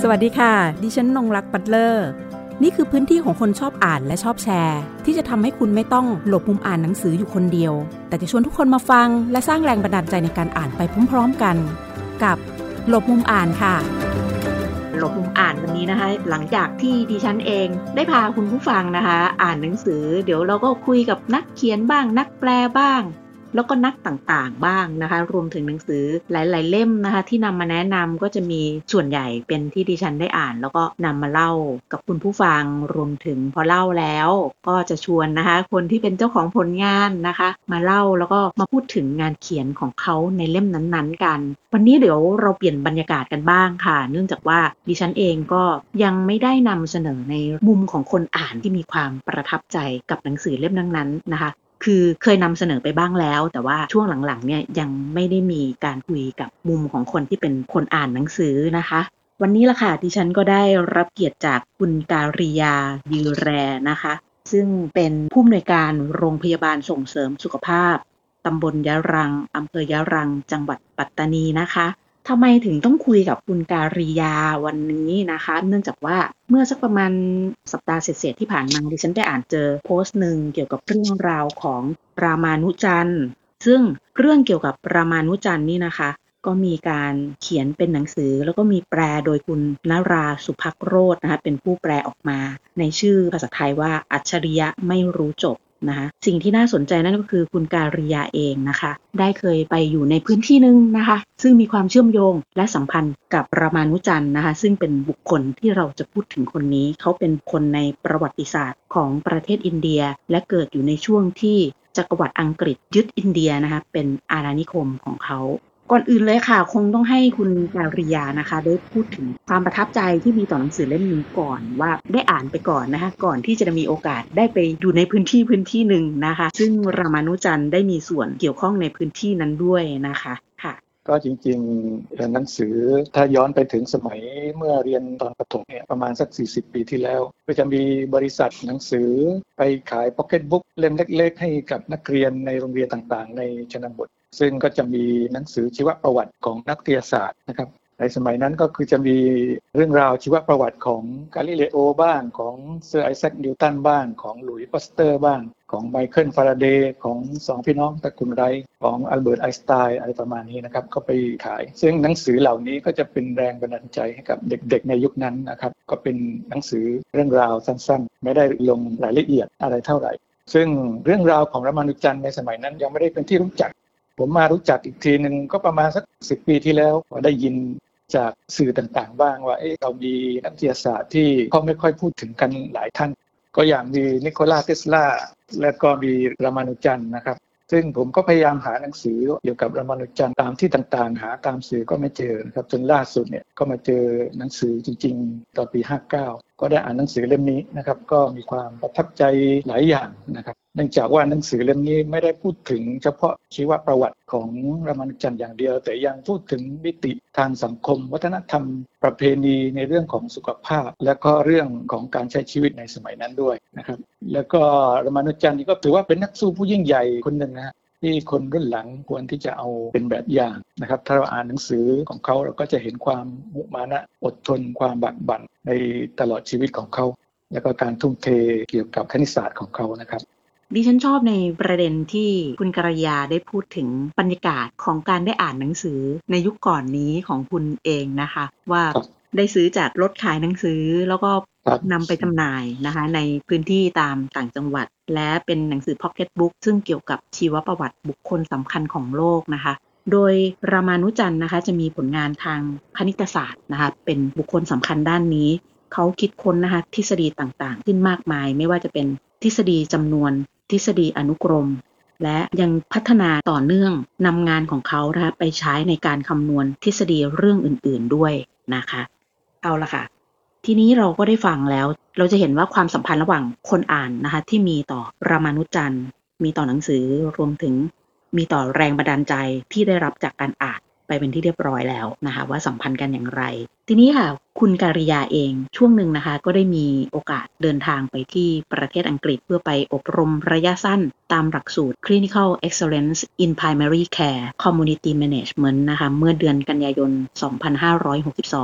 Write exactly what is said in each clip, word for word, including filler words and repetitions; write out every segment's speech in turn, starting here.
สวัสดีค่ะดิฉันนงรักปัตเลอร์นี่คือพื้นที่ของคนชอบอ่านและชอบแชร์ที่จะทำให้คุณไม่ต้องหลบมุมอ่านหนังสืออยู่คนเดียวแต่จะชวนทุกคนมาฟังและสร้างแรงบันดาลใจในการอ่านไปพร้อมๆกันกับหลบมุมอ่านค่ะหลบมุมอ่านวันนี้นะคะหลังจากที่ดิฉันเองได้พาคุณผู้ฟังนะคะอ่านหนังสือเดี๋ยวเราก็คุยกับนักเขียนบ้างนักแปลบ้างแล้วก็นักต่างๆบ้างนะคะรวมถึงหนังสือหลายๆเล่มนะคะที่นำมาแนะนำก็จะมีส่วนใหญ่เป็นที่ดิฉันได้อ่านแล้วก็นำมาเล่ากับคุณผู้ฟังรวมถึงพอเล่าแล้วก็จะชวนนะคะคนที่เป็นเจ้าของผลงานนะคะมาเล่าแล้วก็มาพูดถึงงานเขียนของเขาในเล่มนั้นๆกันวันนี้เดี๋ยวเราเปลี่ยนบรรยากาศกันบ้างค่ะเนื่องจากว่าดิฉันเองก็ยังไม่ได้นำเสนอในมุมของคนอ่านที่มีความประทับใจกับหนังสือเล่มนั้นๆนะคะคือเคยนำเสนอไปบ้างแล้วแต่ว่าช่วงหลังๆเนี่ยยังไม่ได้มีการคุยกับมุมของคนที่เป็นคนอ่านหนังสือนะคะวันนี้ล่ะค่ะดิฉันก็ได้รับเกียรติจากคุณการิยายือแรนะคะซึ่งเป็นผู้อำนวยการโรงพยาบาลส่งเสริมสุขภาพตำบลยะรังอำเภอยะรังจังหวัดปัตตานีนะคะทำไมถึงต้องคุยกับคุณการิยาวันนี้นะคะเนื่องจากว่าเมื่อสักประมาณสัปดาห์เศษๆที่ผ่านมาดิฉันได้อ่านเจอโพสต์หนึ่งเกี่ยวกับเรื่องราวของรามานุจันทร์ซึ่งเรื่องเกี่ยวกับรามานุจันทร์นี่นะคะก็มีการเขียนเป็นหนังสือแล้วก็มีแปลโดยคุณนราสุภักโรจน์นะคะเป็นผู้แปลออกมาในชื่อภาษาไทยว่าอัจฉริยะไม่รู้จบนะคะสิ่งที่น่าสนใจนั่นก็คือคุณการิยาเองนะคะได้เคยไปอยู่ในพื้นที่นึงนะคะซึ่งมีความเชื่อมโยงและสัมพันธ์กับรามานุจันทร์นะคะซึ่งเป็นบุคคลที่เราจะพูดถึงคนนี้เขาเป็นคนในประวัติศาสตร์ของประเทศอินเดียและเกิดอยู่ในช่วงที่จักรวรรดิอังกฤษยึดอินเดียนะคะเป็นอาณานิคมของเขาก่อนอื่นเลยค่ะคงต้องให้คุณการิยานะคะได้พูดถึงความประทับใจที่มีต่อหนังสือเล่มนี้ก่อนว่าได้อ่านไปก่อนนะคะก่อนที่จะมีโอกาสได้ไปอยู่ในพื้นที่พื้นที่หนึ่งนะคะซึ่งรามานุจันทร์ได้มีส่วนเกี่ยวข้องในพื้นที่นั้นด้วยนะคะค่ะก็จริงๆหนังสือถ้าย้อนไปถึงสมัยเมื่อเรียนตอนประถมเนี่ยประมาณสักสี่สิบปีที่แล้วก็จะมีบริษัทหนังสือไปขายพ็อกเก็ตบุ๊กเล่มเล็กๆให้กับนักเรียนในโรงเรียนต่างๆในชนบทซึ่งก็จะมีหนังสือชีวประวัติของนักวิทยาศาสตร์นะครับในสมัยนั้นก็คือจะมีเรื่องราวชีวประวัติของกาลิเลโอบ้างของเซอร์ไอแซคนิวตันบ้างของหลุยส์พาสเตอร์บ้างของไมเคิลฟาราเดย์ของสองพี่น้องตระกูลไรท์ของอัลเบิร์ตไอน์สไตน์อะไรประมาณนี้นะครับก็ไปขายซึ่งหนังสือเหล่านี้ก็จะเป็นแรงบันดาลใจให้กับเด็กๆในยุคนั้นนะครับก็เป็นหนังสือเรื่องราวสั้นๆไม่ได้ลงรายละเอียดอะไรเท่าไหร่ซึ่งเรื่องราวของรามานุจันทร์ในสมัยนั้นยังไม่ได้เป็นที่รู้จักผมมารู้จักอีกทีนึงก็ประมาณสักสิบปีที่แล้วได้ยินจากสื่อต่างๆบ้างว่าเอ๊ะเรามีนักวิทยาศาสตร์ที่เขาไม่ค่อยพูดถึงกันหลายท่านก็อย่างมีนิโคลัส เทสลาและก็มีรามานุจันทร์นะครับซึ่งผมก็พยายามหาหนังสือเกี่ยวกับรามานุจันทร์ตามที่ต่างๆหาตามสื่อก็ไม่เจอนะครับจนล่าสุดเนี่ยก็มาเจอหนังสือจริงๆตอนปีห้าเก้าก็ได้อ่านหนังสือเล่มนี้นะครับก็มีความประทับใจหลายอย่างนะครับเนื่องจากว่าหนังสือเล่มนี้ไม่ได้พูดถึงเฉพาะชีวประวัติของรามานุจันทร์อย่างเดียวแต่ยังพูดถึงมิติทางสังคมวัฒนธรรมประเพณีในเรื่องของสุขภาพและก็เรื่องของการใช้ชีวิตในสมัยนั้นด้วยนะครับแล้วก็รามานุจันทร์นี่ก็ถือว่าเป็นนักสู้ผู้ยิ่งใหญ่คนหนึ่งนะที่คนรุ่นหลังควรที่จะเอาเป็นแบบอย่างนะครับถ้าเราอ่านหนังสือของเขาเราก็จะเห็นความมุมานะอดทนความบักบั่นในตลอดชีวิตของเขาแล้วก็การทุ่มเทเกี่ยวกับคณิตศาสตร์ของเขานะครับดิฉันชอบในประเด็นที่คุณกฤยาได้พูดถึงบรรยากาศของการได้อ่านหนังสือในยุคก่อนนี้ของคุณเองนะคะว่าได้ซื้อจากรถขายหนังสือแล้วก็นำไปจำหน่ายนะคะในพื้นที่ตามต่างจังหวัดและเป็นหนังสือพ็อกเก็ตบุ๊กซึ่งเกี่ยวกับชีวประวัติบุคคลสำคัญของโลกนะคะโดยรามานุจันทร์นะคะจะมีผลงานทางคณิตศาสตร์นะคะเป็นบุคคลสำคัญด้านนี้เขาคิดค้นนะคะทฤษฎีต่างๆขึ้นมากมายไม่ว่าจะเป็นทฤษฎีจำนวนทฤษฎีอนุกรมและยังพัฒนาต่อเนื่องนำงานของเขานะคะไปใช้ในการคำนวณทฤษฎีเรื่องอื่นๆด้วยนะคะเอาละค่ะทีนี้เราก็ได้ฟังแล้วเราจะเห็นว่าความสัมพันธ์ระหว่างคนอ่านนะคะที่มีต่อรามานุจันทร์มีต่อหนังสือรวมถึงมีต่อแรงบันดาลใจที่ได้รับจากการอ่านไปเป็นที่เรียบร้อยแล้วนะคะว่าสัมพันธ์กันอย่างไรทีนี้ค่ะคุณการิยาเองช่วงหนึ่งนะคะก็ได้มีโอกาสเดินทางไปที่ประเทศอังกฤษเพื่อไปอบรมระยะสั้นตามหลักสูตร Clinical Excellence in Primary Care Community Management นะคะเมื่อเดือนกันยายนสองพันห้าร้อยหกสิบสอง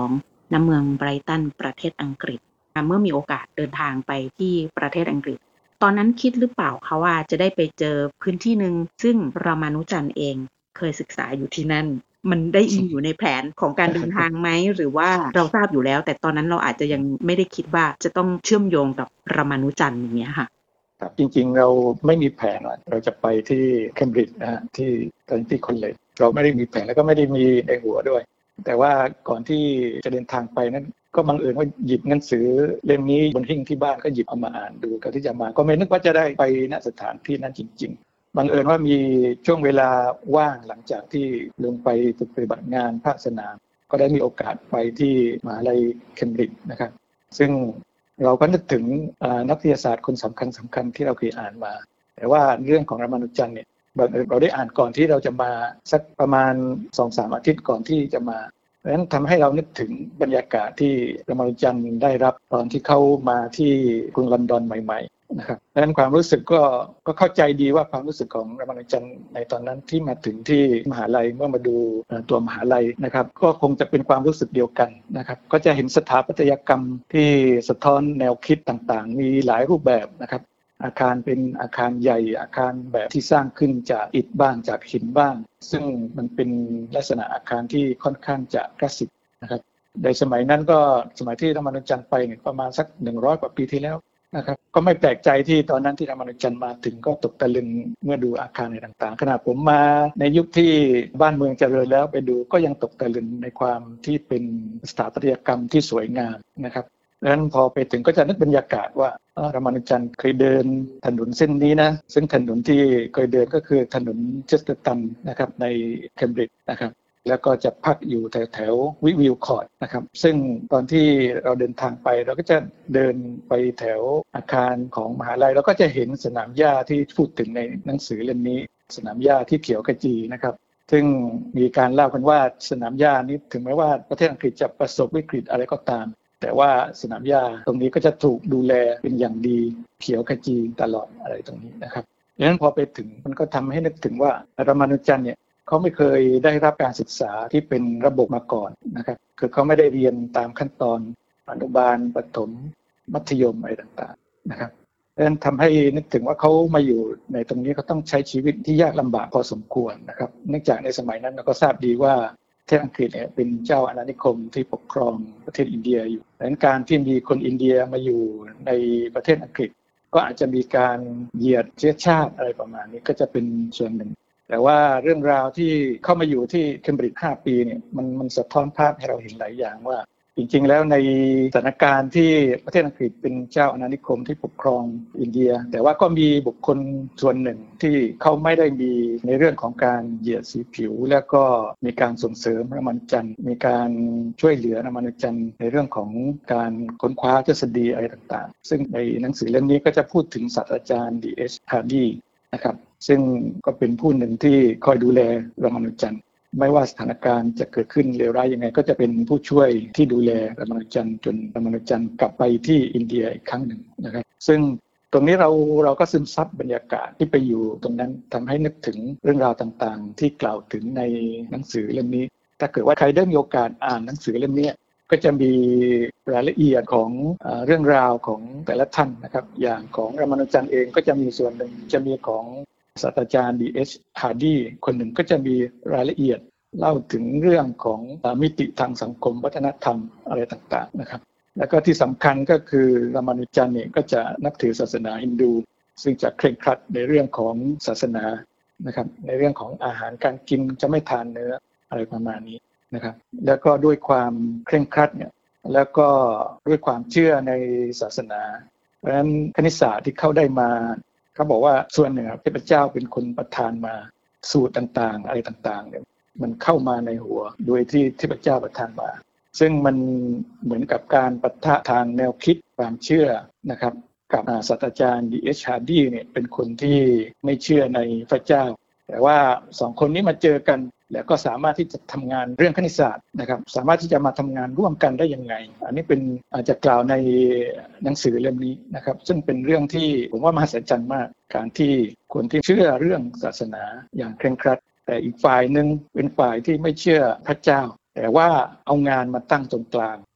ณเมืองไบรตันประเทศอังกฤษเมื่อมีโอกาสเดินทางไปที่ประเทศอังกฤษตอนนั้นคิดหรือเปล่าคะว่าจะได้ไปเจอพื้นที่นึงซึ่งรามานุจันทร์เองเคยศึกษาอยู่ที่นั่นมันได้มีอยู่ในแผนของการเดินทางไหมหรือว่าเราทราบอยู่แล้วแต่ตอนนั้นเราอาจจะยังไม่ได้คิดว่าจะต้องเชื่อมโยงกับรามานุจันทร์อย่างเงี้ยค่ะครับจริงๆเราไม่มีแผนว่าเราจะไปที่เคมบริดจ์นะฮะที่ตอนที่คอลเลจเราไม่ได้มีแผนแล้วก็ไม่ได้มีในหัวด้วยแต่ว่าก่อนที่จะเดินทางไปนั้นก็บังเอิญว่าหยิบหนังสือเล่มนี้บนหิ้งที่บ้านก็หยิบเอามาอ่านดูก่อนที่จะมาก็ไม่นึกว่าจะได้ไปณสถานที่นั้นจริงๆบังเอิญว่ามีช่วงเวลาว่างหลังจากที่ลงไปฝึกปฏิบัติงานภาคสนามก็ได้มีโอกาสไปที่มหาวิทยาลัยเคมบริดจ์นะครับซึ่งเราก็นึกถึงนักวิทยาศาสตร์คนสำคัญสำคัญที่เราเคยอ่านมาแต่ว่าเรื่องของรามานุจันทร์เนี่ยเราได้อ่านก่อนที่เราจะมาสักประมาณ สองถึงสาม อาทิตย์ก่อนที่จะมาเพราะฉะนั้นทำให้เรานึกถึงบรรยากาศที่รามานุจันทร์ได้รับตอนที่เข้ามาที่กรุงลอนดอนใหม่ๆนะครับเพราะฉะนั้นความรู้สึกก็ก็เข้าใจดีว่าความรู้สึกของรามานุจันทร์ในตอนนั้นที่มาถึงที่มหาลัยเมื่อมาดูตัวมหาลัยนะครับก็คงจะเป็นความรู้สึกเดียวกันนะครับก็จะเห็นสถาปัตยกรรมที่สะท้อนแนวคิดต่างๆมีหลายรูปแบบนะครับอาคารเป็นอาคารใหญ่อาคารแบบที่สร้างขึ้นจากอิฐบ้างจากหินบ้างซึ่งมันเป็นลักษณะอาคารที่ค่อนข้างจะคลาสสิกนะครับในสมัยนั้นก็สมัยที่รามานุจันทร์ไปเนี่ยประมาณสักหนึ่งร้อยกว่าปีที่แล้วนะครับก็ไม่แปลกใจที่ตอนนั้นที่รามานุจันทร์มาถึงก็ตกตะลึงเมื่อดูอาคารในต่างๆขณะผมมาในยุคที่บ้านเมืองเจริญแล้วไปดูก็ยังตกตะลึงในความที่เป็นสถาปัตยกรรมที่สวยงามนะครับดังนั้นพอไปถึงก็จะนึกบรรยากาศว่ารามานุจันทร์เคยเดินถนนเส้นนี้นะซึ่งถนนที่เคยเดินก็คือถนนเชสเตอร์ตันนะครับในเคมบริดจ์นะครับแล้วก็จะพักอยู่แถวแถววิวิลคอร์ดนะครับซึ่งตอนที่เราเดินทางไปเราก็จะเดินไปแถวอาคารของมหาลัยเราก็จะเห็นสนามหญ้าที่พูดถึงในหนังสือเล่มนี้สนามหญ้าที่เขียวขจีนะครับซึ่งมีการเล่ากันว่าสนามหญ้านี้ถึงแม้ว่าประเทศอังกฤษจะประสบวิกฤตอะไรก็ตามแต่ว่าสนามหญ้าตรงนี้ก็จะถูกดูแลเป็นอย่างดีเขียวขจีตลอดอะไรตรงนี้นะครับดังนั้นพอไปถึงมันก็ทำให้นึกถึงว่ารามานุจันทร์เนี่ยเขาไม่เคยได้รับการศึกษาที่เป็นระบบมาก่อนนะครับคือเขาไม่ได้เรียนตามขั้นตอนอนุบาลประถมมัธยมอะไรต่างๆนะครับดังนั้นทำให้นึกถึงว่าเขามาอยู่ในตรงนี้เขาต้องใช้ชีวิตที่ยากลำบากพอสมควรนะครับเนื่องจากในสมัยนั้นเราก็ทราบดีว่าประเทศอังกฤษเนี่ยเป็นเจ้าอาณานิคมที่ปกครองประเทศอินเดียอยู่ดังนั้นการที่มีคนอินเดียมาอยู่ในประเทศอังกฤษก็อาจจะมีการเหยียดเชื้อชาติอะไรประมาณนี้ก็จะเป็นส่วนหนึ่งแต่ว่าเรื่องราวที่เข้ามาอยู่ที่เคมบริดจ์ห้าปีเนี่ยมันมันสะท้อนภาพให้เราเห็นหลายอย่างว่าจริงๆแล้วในสถานการณ์ที่ประเทศอังกฤษเป็นเจ้าอาณานิคมที่ปกครองอินเดียแต่ว่าก็มีบุคคลส่วนหนึ่งที่เขาไม่ได้มีในเรื่องของการเหยียดสีผิวแล้วก็มีการส่งเสริมรามานุจันทร์มีการช่วยเหลือรามานุจันทร์ในเรื่องของการค้นคว้าทฤษฎีอะไรต่างๆซึ่งในหนังสือเล่มนี้ก็จะพูดถึงศาสตราจารย์ ดี เอช Hardy นะครับซึ่งก็เป็นผู้หนึ่งที่คอยดูแลรามานุจันทร์ไม่ว่าสถานการณ์จะเกิดขึ้นเลวร้ายยังไงก็จะเป็นผู้ช่วยที่ดูแลรามานุจันทร์จนรามานุจันทร์กลับไปที่อินเดียอีกครั้งหนึ่งนะครับซึ่งตรงนี้เราเราก็ซึมซับบรรยากาศที่ไปอยู่ตรงนั้นทำให้นึกถึงเรื่องราวต่างๆที่กล่าวถึงในหนังสือเล่มนี้ถ้าเกิดว่าใครได้มีโอกาสอ่านหนังสือเล่มนี้ก็จะมีรายละเอียดของเอ่อเรื่องราวของแต่ละท่านนะครับอย่างของรามานุจันทร์เองก็จะมีส่วนหนึ่งจะมีของศาสตราจารย์ ดี เอช Hardy คนหนึ่งก็จะมีรายละเอียดเล่าถึงเรื่องของมิติทางสังคมวัฒนธรรมอะไรต่างๆนะครับแล้วก็ที่สำคัญก็คือรามานุจันทร์เนี่ยก็จะนับถือศาสนาฮินดูซึ่งจะเคร่งครัดในเรื่องของศาสนานะครับในเรื่องของอาหารการกินจะไม่ทานเนื้ออะไรประมาณนี้นะครับแล้วก็ด้วยความเคร่งครัดเนี่ยแล้วก็ด้วยความเชื่อในศาสนาเพราะฉะนั้นคณิตศาสตร์ที่เข้าได้มาเขาบอกว่าส่วนหนึ่งเทพเจ้าเป็นคนประทานมาสูตรต่างๆอะไรต่างๆเนี่ยมันเข้ามาในหัวโดยที่เทพเจ้าประทานมาซึ่งมันเหมือนกับการปะทะทางแนวคิดความเชื่อนะครับกับศาสตราจารย์ ดี เอช Hardy เนี่ยเป็นคนที่ไม่เชื่อในพระเจ้าแต่ว่าสองคนนี้มาเจอกันแล้วก็สามารถที่จะทำงานเรื่องคณิตศาสตร์นะครับสามารถที่จะมาทำงานร่วมกันได้ยังไงอันนี้เป็นอาจจะกล่าวในหนังสือเล่มนี้นะครับซึ่งเป็นเรื่องที่ผมว่ามหัศจรรย์มากการที่คนที่เชื่อเรื่องศาสนาอย่างเคร่งครัดแต่อีกฝ่ายนึงเป็นฝ่ายที่ไม่เชื่อพระเจ้าแต่ว่าเอางานมาตั้งตรงกลาง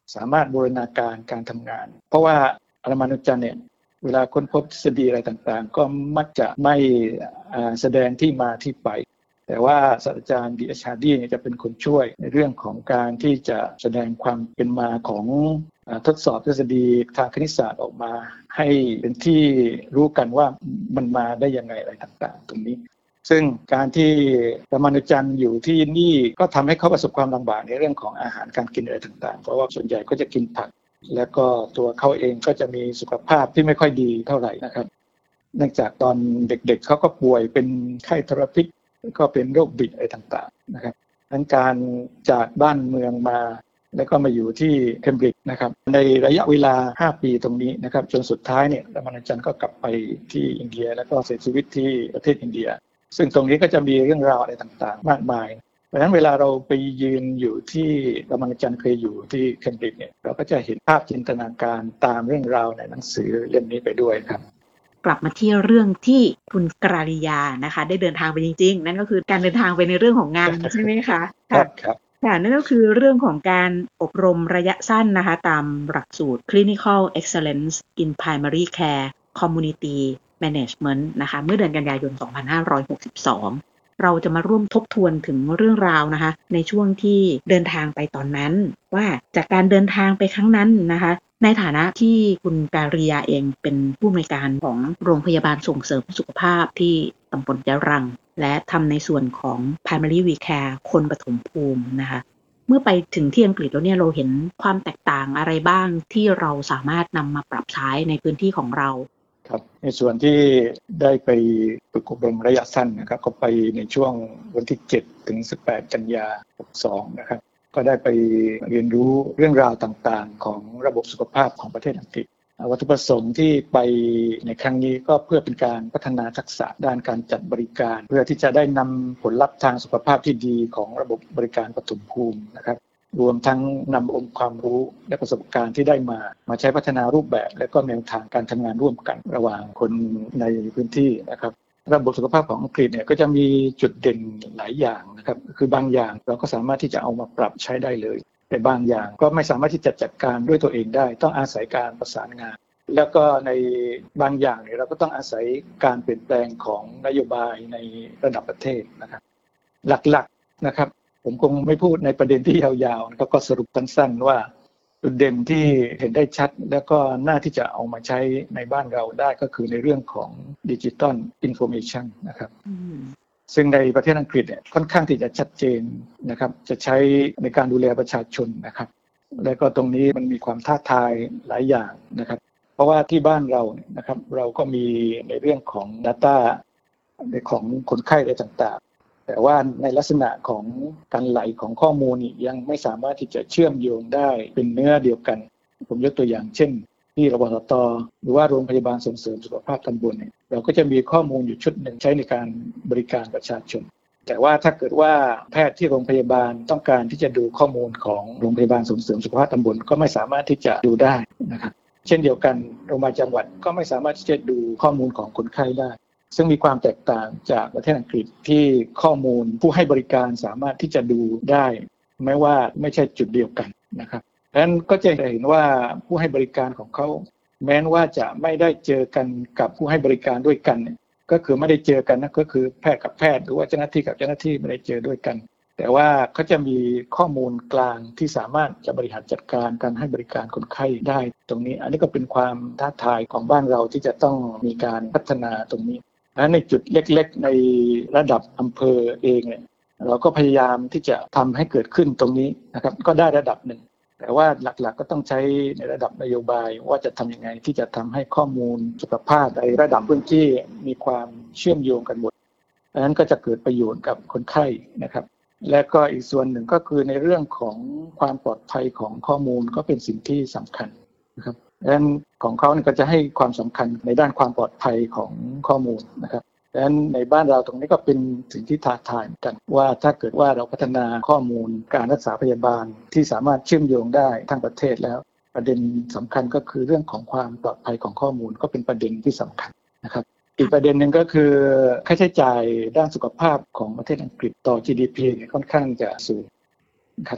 สามารถบูรณาการการทำงานเพราะว่าปรมาณูจันทร์เนี่ยเวลาค้นพบทฤษฎีอะไรต่างๆก็มักจะไม่แสดงที่มาที่ไปแต่ว่าศาสตราจารย์ดีเอชฮาร์ดีเนี่ยจะเป็นคนช่วยในเรื่องของการที่จะแสดงความเป็นมาของทดสอบทฤษฎีทางคณิตศาสตร์ออกมาให้เป็นที่รู้กันว่ามันมาได้ยังไงอะไรต่างๆตรงนี้ซึ่งการที่ปรมาณูจันทร์อยู่ที่นี่ก็ทำให้เขาประสบความลำบากในเรื่องของอาหารการกินอะไรต่างๆเพราะว่าส่วนใหญ่ก็จะกินผักแล้วก็ตัวเขาเองก็จะมีสุขภาพที่ไม่ค่อยดีเท่าไหร่นะครับเนื่องจากตอนเด็กๆ เ, เขาก็ป่วยเป็นไข้ทรพิษก็เป็นโรคบิดอะไรต่างๆนะครับดังนั้นการจากบ้านเมืองมาแล้วก็มาอยู่ที่เคมบริดจ์นะครับในระยะเวลาห้าปีตรงนี้นะครับจนสุดท้ายเนี่ยปรมาณูจันทร์ก็กลับไปที่อินเดียแล้วก็เสียชีวิตที่ประเทศอินเดียซึ่งตรงนี้ก็จะมีเรื่องราวอะไรต่างๆมากมายเพราะฉะนั้นเวลาเราไปยืนอยู่ที่ปรมาณูจันทร์เคยอยู่ที่เคมบริดจ์เนี่ยเราก็จะเห็นภาพจินตนาการตามเรื่องราวในหนังสือเล่มนี้ไปด้วยครับกลับมาที่เรื่องที่คุณกราลิยานะคะได้เดินทางไปจริงๆนั่นก็คือการเดินทางไปในเรื่องของงาน ใช่ไหมคะครับครับค่ะนั่นก็คือเรื่องของการอบรมระยะสั้นนะคะตามหลักสูตร Clinical Excellence in Primary Care Community Management นะคะเมื่อเดือนกันยายนสองพันห้าร้อยหกสิบสองเราจะมาร่วมทบทวนถึงเรื่องราวนะคะในช่วงที่เดินทางไปตอนนั้นว่าจากการเดินทางไปครั้งนั้นนะคะในฐานะที่คุณการิยาเองเป็นผู้อำนวยการของโรงพยาบาลส่งเสริมสุขภาพที่ตำบลยะรังและทำในส่วนของ Primary Care คนปฐมภูมินะคะเมื่อไปถึงที่อังกฤษแล้วเนี่ยเราเห็นความแตกต่างอะไรบ้างที่เราสามารถนำมาปรับใช้ในพื้นที่ของเราครับในส่วนที่ได้ไปฝึกอบรมระยะสั้นนะครับก็ไปในช่วงวันที่เจ็ดถึงสิบแปดกันยายนหกสิบสองนะครับก็ได้ไปเรียนรู้เรื่องราวต่างๆของระบบสุขภาพของประเทศอังกฤษวัตถุประสงค์ที่ไปในครั้งนี้ก็เพื่อเป็นการพัฒนาทักษะด้านการจัดบริการเพื่อที่จะได้นำผลลัพธ์ทางสุขภาพที่ดีของระบบบริการปฐมภูมินะครับรวมทั้งนำองค์ความรู้และประสบการณ์ที่ได้มามาใช้พัฒนารูปแบบและก็แนวทางการทำงานร่วมกันระหว่างคนในพื้นที่นะครับระบบสุขภาพของอังกฤษเนี่ยก็จะมีจุดเด่นหลายอย่างนะครับคือบางอย่างเราก็สามารถที่จะเอามาปรับใช้ได้เลยแต่บางอย่างก็ไม่สามารถที่จะจัดการด้วยตัวเองได้ต้องอาศัยการประสานงานแล้วก็ในบางอย่างเนี่ยเราก็ต้องอาศัยการเปลี่ยนแปลงของนโยบายในระดับประเทศนะครับหลักๆนะครับผมคงไม่พูดในประเด็นที่ยาวๆนะครับก็สรุปสั้นๆว่าจุดเด่นที่เห็นได้ชัดแล้วก็น่าที่จะเอามาใช้ในบ้านเราได้ก็คือในเรื่องของดิจิทัลอินโฟเมชันนะครับซึ่งในประเทศอังกฤษเนี่ยค่อนข้างที่จะชัดเจนนะครับจะใช้ในการดูแลประชาชนนะครับและก็ตรงนี้มันมีความท้าทายหลายอย่างนะครับเพราะว่าที่บ้านเราเนี่ยนะครับเราก็มีในเรื่องของ data ในของคนไข้อะไรต่างๆแต่ว่าในลักษณะของการไหลของข้อมูลนี่ยังไม่สามารถที่จะเชื่อมโยงได้เป็นเนื้อเดียวกันผมยกตัวอย่างเช่นที่รพสต.หรือว่าโรงพยาบาลส่งเสริมสุขภาพตำบลเนี่ยเราก็จะมีข้อมูลอยู่ชุดหนึ่งใช้ในการบริการประชาชนแต่ว่าถ้าเกิดว่าแพทย์ที่โรงพยาบาลต้องการที่จะดูข้อมูลของโรงพยาบาลส่งเสริมสุขภาพตำบลก็ไม่สามารถที่จะดูได้นะครับเช่นเดียวกันโรงพยาบาลจังหวัดก็ไม่สามารถที่จะดูข้อมูลของคนไข้ได้ซึ่งมีความแตกต่างจากประเทศอังกฤษที่ข้อมูลผู้ให้บริการสามารถที่จะดูได้แม้ว่าไม่ใช่จุดเดียวกันนะครับดังนั้นก็จะเห็นว่าผู้ให้บริการของเขาแม้ว่าจะไม่ได้เจอกันกับผู้ให้บริการด้วยกันก็คือไม่ได้เจอกันนะก็คือแพทย์กับแพทย์หรือว่าเจ้าหน้าที่กับเจ้าหน้าที่ไม่ได้เจอด้วยกันแต่ว่าเขาจะมีข้อมูลกลางที่สามารถจะบริหารจัดการการให้บริการคนไข้ได้ตรงนี้อันนี้ก็เป็นความท้าทายของบ้านเราที่จะต้องมีการพัฒนาตรงนี้และในจุดเล็กๆในระดับอำเภอเองเนี่ยเราก็พยายามที่จะทำให้เกิดขึ้นตรงนี้นะครับก็ได้ระดับหนึ่งแต่ว่าหลักๆก็ต้องใช้ในระดับนโยบายว่าจะทำยังไงที่จะทำให้ข้อมูลสุขภาพในระดับพื้นที่มีความเชื่อมโยงกันหมดดังนั้นก็จะเกิดประโยชน์กับคนไข้นะครับและก็อีกส่วนหนึ่งก็คือในเรื่องของความปลอดภัยของข้อมูลก็เป็นสิ่งที่สำคัญนะครับดังนั้นของเขาก็จะให้ความสำคัญในด้านความปลอดภัยของข้อมูลนะครับดังนั้นในบ้านเราตรงนี้ก็เป็นสิ่งที่ท้าทายกันว่าถ้าเกิดว่าเราพัฒนาข้อมูลการรักษาพยาบาลที่สามารถเชื่อมโยงได้ทั้งประเทศแล้วประเด็นสำคัญก็คือเรื่องของความปลอดภัยของข้อมูลก็เป็นประเด็นที่สำคัญนะครับอีกประเด็นหนึ่งก็คือค่าใช้จ่ายด้านสุขภาพของประเทศอังกฤษต่อ จี ดี พี ค่อนข้างจะสูงครับถ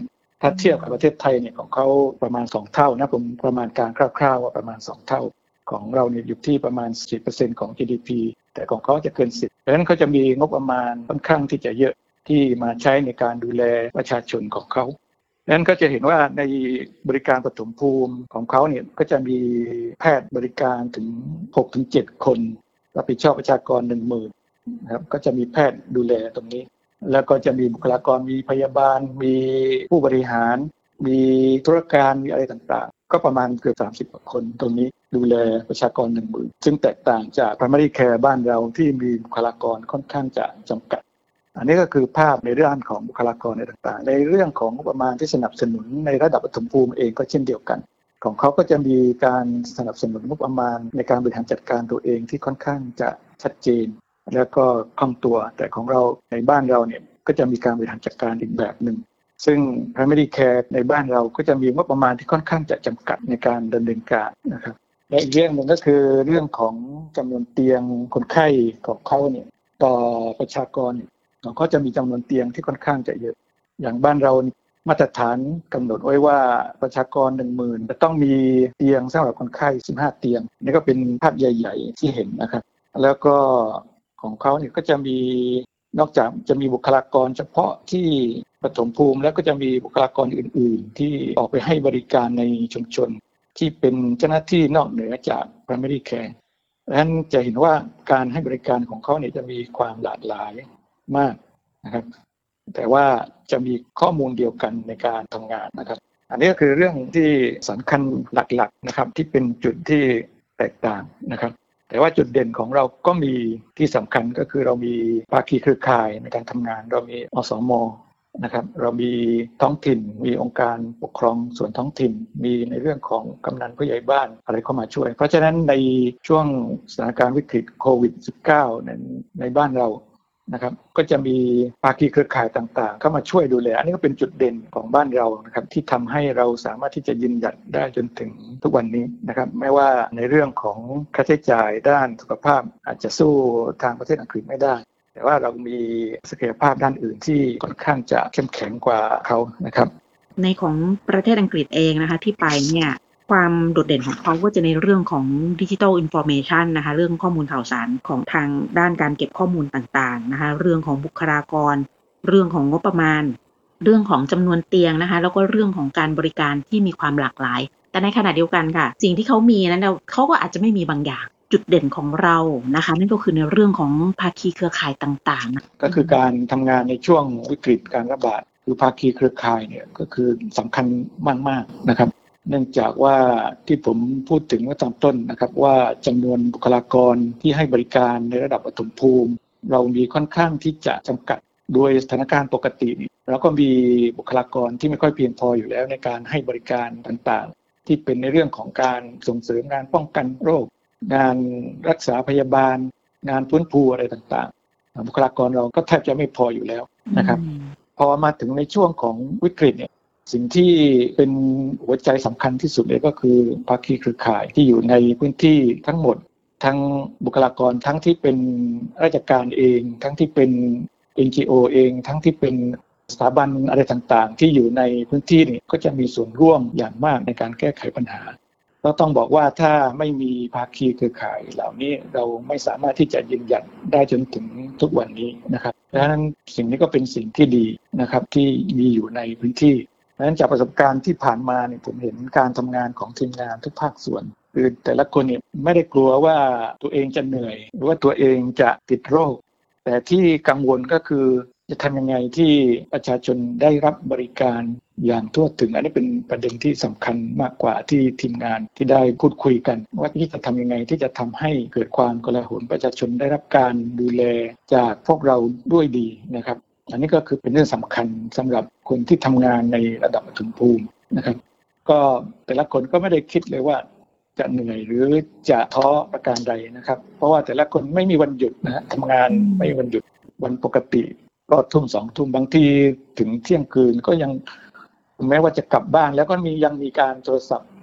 ถ้าเทียบกับประเทศไทยเนี่ยของเขาประมาณสองเท่านะผมประมาณการคร่าวๆว่าประมาณสองเท่าของเราเนี่ยอยู่ที่ประมาณ สิบเปอร์เซ็นต์ ของ จี ดี พี แต่ของเขาจะเกินสิบเพราะฉะนั้นเขาจะมีงบประมาณค่อนข้างที่จะเยอะที่มาใช้ในการดูแลประชาชนของเขาดังนั้นก็จะเห็นว่าในบริการปฐมภูมิของเขาเนี่ยก็จะมีแพทย์บริการถึง หกถึงเจ็ด คนรับผิดชอบประชากร หนึ่งหมื่น นะครับก็จะมีแพทย์ดูแลตรงนี้แล้วก็จะมีบุคลากรมีพยาบาลมีผู้บริหารมีธุรการมีอะไรต่างๆก็ประมาณเกือบสามสิบคนตรงนี้ดูแลประชากร หนึ่งหมื่น ซึ่งแตกต่างจาก primary care บ้านเราที่มีบุคลากรค่อนข้างจะจำกัดอันนี้ก็คือภาพในเรื่องของบุคลากรในต่างๆในเรื่องของงบประมาณที่สนับสนุนในระดับปฐมภูมิเองก็เช่นเดียวกันของเขาก็จะมีการสนับสนุนงบประมาณในการบริหารจัดการตัวเองที่ค่อนข้างจะชัดเจนแล้วก็คล่องตัวแต่ของเราในบ้านเราเนี่ยก็จะมีการบริหารจัดการอีกแบบหนึ่งซึ่ง primary care ในบ้านเราก็จะมีงบประมาณที่ค่อนข้างจะจำกัดในการดำเนินการนะครับและอีกเรื่องหนึ่งก็คือเรื่องของจำนวนเตียงคนไข้ของเขาเนี่ยต่อประชากรของเขาจะมีจำนวนเตียงที่ค่อนข้างจะเยอะอย่างบ้านเรามาตรฐานกำหนดไว้ว่าประชากร หนึ่งหมื่น จะต้องมีเตียงสำหรับคนไข้สิบห้าเตียงนี่ก็เป็นภาพใหญ่ๆที่เห็นนะครับแล้วก็ของเขาเนี่ยก็จะมีนอกจากจะมีบุคลากรเฉพาะที่ปฐมภูมิแล้วก็จะมีบุคลากรอื่นๆที่ออกไปให้บริการในชุมชนที่เป็นเจ้าหน้าที่นอกเหนือจาก primary care ดังนั้นจะเห็นว่าการให้บริการของเขาเนี่ยจะมีความหลากหลายมากนะครับแต่ว่าจะมีข้อมูลเดียวกันในการทำงานนะครับอันนี้ก็คือเรื่องที่สำคัญหลักๆนะครับที่เป็นจุดที่แตกต่างนะครับแต่ว่าจุดเด่นของเราก็มีที่สำคัญก็คือเรามีภาคีเครือข่ายในการทำงานเรามีอสม.นะครับเรามีท้องถิ่นมีองค์การปกครองส่วนท้องถิ่นมีในเรื่องของกำนันผู้ใหญ่บ้านอะไรเข้ามาช่วยเพราะฉะนั้นในช่วงสถานการณ์วิกฤตโควิด สิบเก้า ในในบ้านเรานะครับก็จะมีภาคีเครือข่ายต่างๆเข้ามาช่วยดูแลอันนี้ก็เป็นจุดเด่นของบ้านเรานะครับที่ทำให้เราสามารถที่จะยืนหยัดได้จนถึงทุกวันนี้นะครับไม่ว่าในเรื่องของค่าใช้จ่ายด้านสุขภาพอาจจะสู้ทางประเทศอังกฤษไม่ได้แต่ว่าเรามีศักยภาพด้านอื่นที่ค่อนข้างจะเข้มแข็งกว่าเขานะครับในของประเทศอังกฤษเองนะคะที่ไปเนี่ยความโดดเด่นของเขาก็จะในเรื่องของดิจิทัลอินฟอร์เมชันนะคะเรื่องข้อมูลข่าวสารของทางด้านการเก็บข้อมูลต่างๆนะคะเรื่องของบุคลากรเรื่องของงบประมาณเรื่องของจำนวนเตียงนะคะแล้วก็เรื่องของการบริการที่มีความหลากหลายแต่ในขณะเดียวกันค่ะสิ่งที่เขามีนั้นเขาก็อาจจะไม่มีบางอย่างจุดเด่นของเรานะคะนั่นก็คือในเรื่องของภาคีเครือข่ายต่างๆก็คือการทำงานในช่วงวิกฤตการระบาดคือภาคีเครือข่ายเนี่ยก็คือสำคัญมากๆนะครับเนื่องจากว่าที่ผมพูดถึงเมื่อตอนต้นนะครับว่าจำนวนบุคลากรที่ให้บริการในระดับปฐมภูมิเรามีค่อนข้างที่จะจำกัดโดยสถานการณ์ปกติเราก็มีบุคลากรที่ไม่ค่อยเพียงพออยู่แล้วในการให้บริการต่างๆที่เป็นในเรื่องของการส่งเสริมงานป้องกันโรคงานรักษาพยาบาลงานฟื้นฟูอะไรต่างๆบุคลากรเราก็แทบจะไม่พออยู่แล้วนะครับพอมาถึงในช่วงของวิกฤตเนี่ยสิ่งที่เป็นหัวใจสำคัญที่สุดเลยก็คือภาคีเครือข่ายที่อยู่ในพื้นที่ทั้งหมดทั้งบุคลากรทั้งที่เป็นราชการเองทั้งที่เป็น เอ็น จี โอ เองทั้งที่เป็นสถาบันอะไรต่างๆที่อยู่ในพื้นที่นี่ก็จะมีส่วนร่วมอย่างมากในการแก้ไขปัญหาเราต้องบอกว่าถ้าไม่มีภาคีเครือข่ายเหล่านี้เราไม่สามารถที่จะยืนหยัดได้จนถึงทุกวันนี้นะครับดังนั้นสิ่งนี้ก็เป็นสิ่งที่ดีนะครับที่มีอยู่ในพื้นที่ดังนั้นจากประสบการณ์ที่ผ่านมาเนี่ยผมเห็นการทำงานของทีมงานทุกภาคส่วนคือแต่ละคนเนี่ยไม่ได้กลัวว่าตัวเองจะเหนื่อยหรือว่าตัวเองจะติดโรคแต่ที่กังวลก็คือจะทำยังไงที่ประชาชนได้รับบริการอย่างทั่วถึงอันนี้เป็นประเด็นที่สำคัญมากกว่าที่ทีมงานที่ได้พูดคุยกันว่าที่จะทำยังไงที่จะทำให้เกิดความกลาหลประชาชนได้รับการดูแลจากพวกเราด้วยดีนะครับอันนี้ก็คือเป็นเรื่องสำคัญสำหรับคนที่ทำงานในระดับปฐมภูมินะครับก็แต่ละคนก็ไม่ได้คิดเลยว่าจะเหนื่อยหรือจะท้อประการใดนะครับเพราะว่าแต่ละคนไม่มีวันหยุดนะทำงานไม่มีวันหยุดวันปกติก็ทุ่มสองทุ่มบางทีถึงเที่ยงคืนก็ยังแม้ว่าจะกลับบ้านแล้วก็มียังมีการโทรศัพท์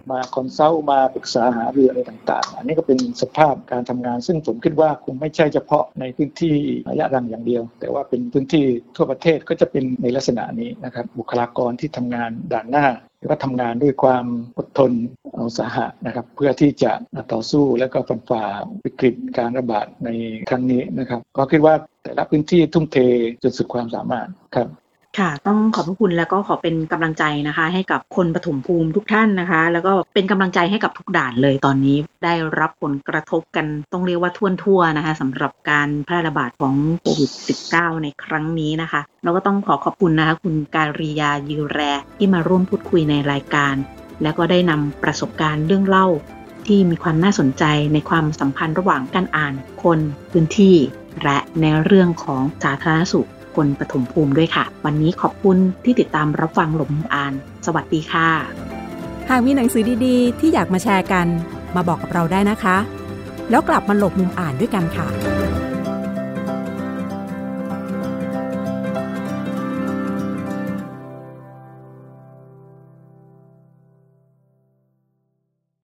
มาคอนซัลท์มาปรึกษาหารืออะไรต่างๆอันนี้ก็เป็นสภาพการทำงานซึ่งผมคิดว่าคงไม่ใช่เฉพาะในพื้นที่ระยะรังอย่างเดียวแต่ว่าเป็นพื้นที่ทั่วประเทศก็จะเป็นในลักษณะนี้นะครับบุคลากรที่ทำงานด่านหน้าก็ทำงานด้วยความอดทนเอาสาหะนะครับเพื่อที่จะต่อสู้และก็ฟันฝ่าวิกฤตการระบาดในครั้งนี้นะครับก็คิดว่าแต่ละพื้นที่ทุ่มเทจนสุดความสามารถครับค่ะต้องขอบพระคุณแล้วก็ขอเป็นกำลังใจนะคะให้กับคนปฐมภูมิทุกท่านนะคะแล้วก็เป็นกำลังใจให้กับทุกด่านเลยตอนนี้ได้รับผลกระทบกันต้องเรียกว่าทั่วๆนะคะสำหรับการแพร่ระบาดของโควิด สิบเก้า ในครั้งนี้นะคะแล้วก็ต้องขอขอบคุณนะคะคุณการิยายือแรที่มาร่วมพูดคุยในรายการแล้วก็ได้นำประสบการณ์เรื่องเล่าที่มีความน่าสนใจในความสัมพันธ์ระหว่างการอ่านคนพื้นที่และในเรื่องของสาธารณสุขคนปฐมภูมิด้วยค่ะวันนี้ขอบคุณที่ติดตามรับฟังหลบมุมอ่านสวัสดีค่ะหากมีหนังสือดีๆที่อยากมาแชร์กันมาบอกกับเราได้นะคะแล้วกลับมาหลบมุมอ่านด้วยกันค่ะ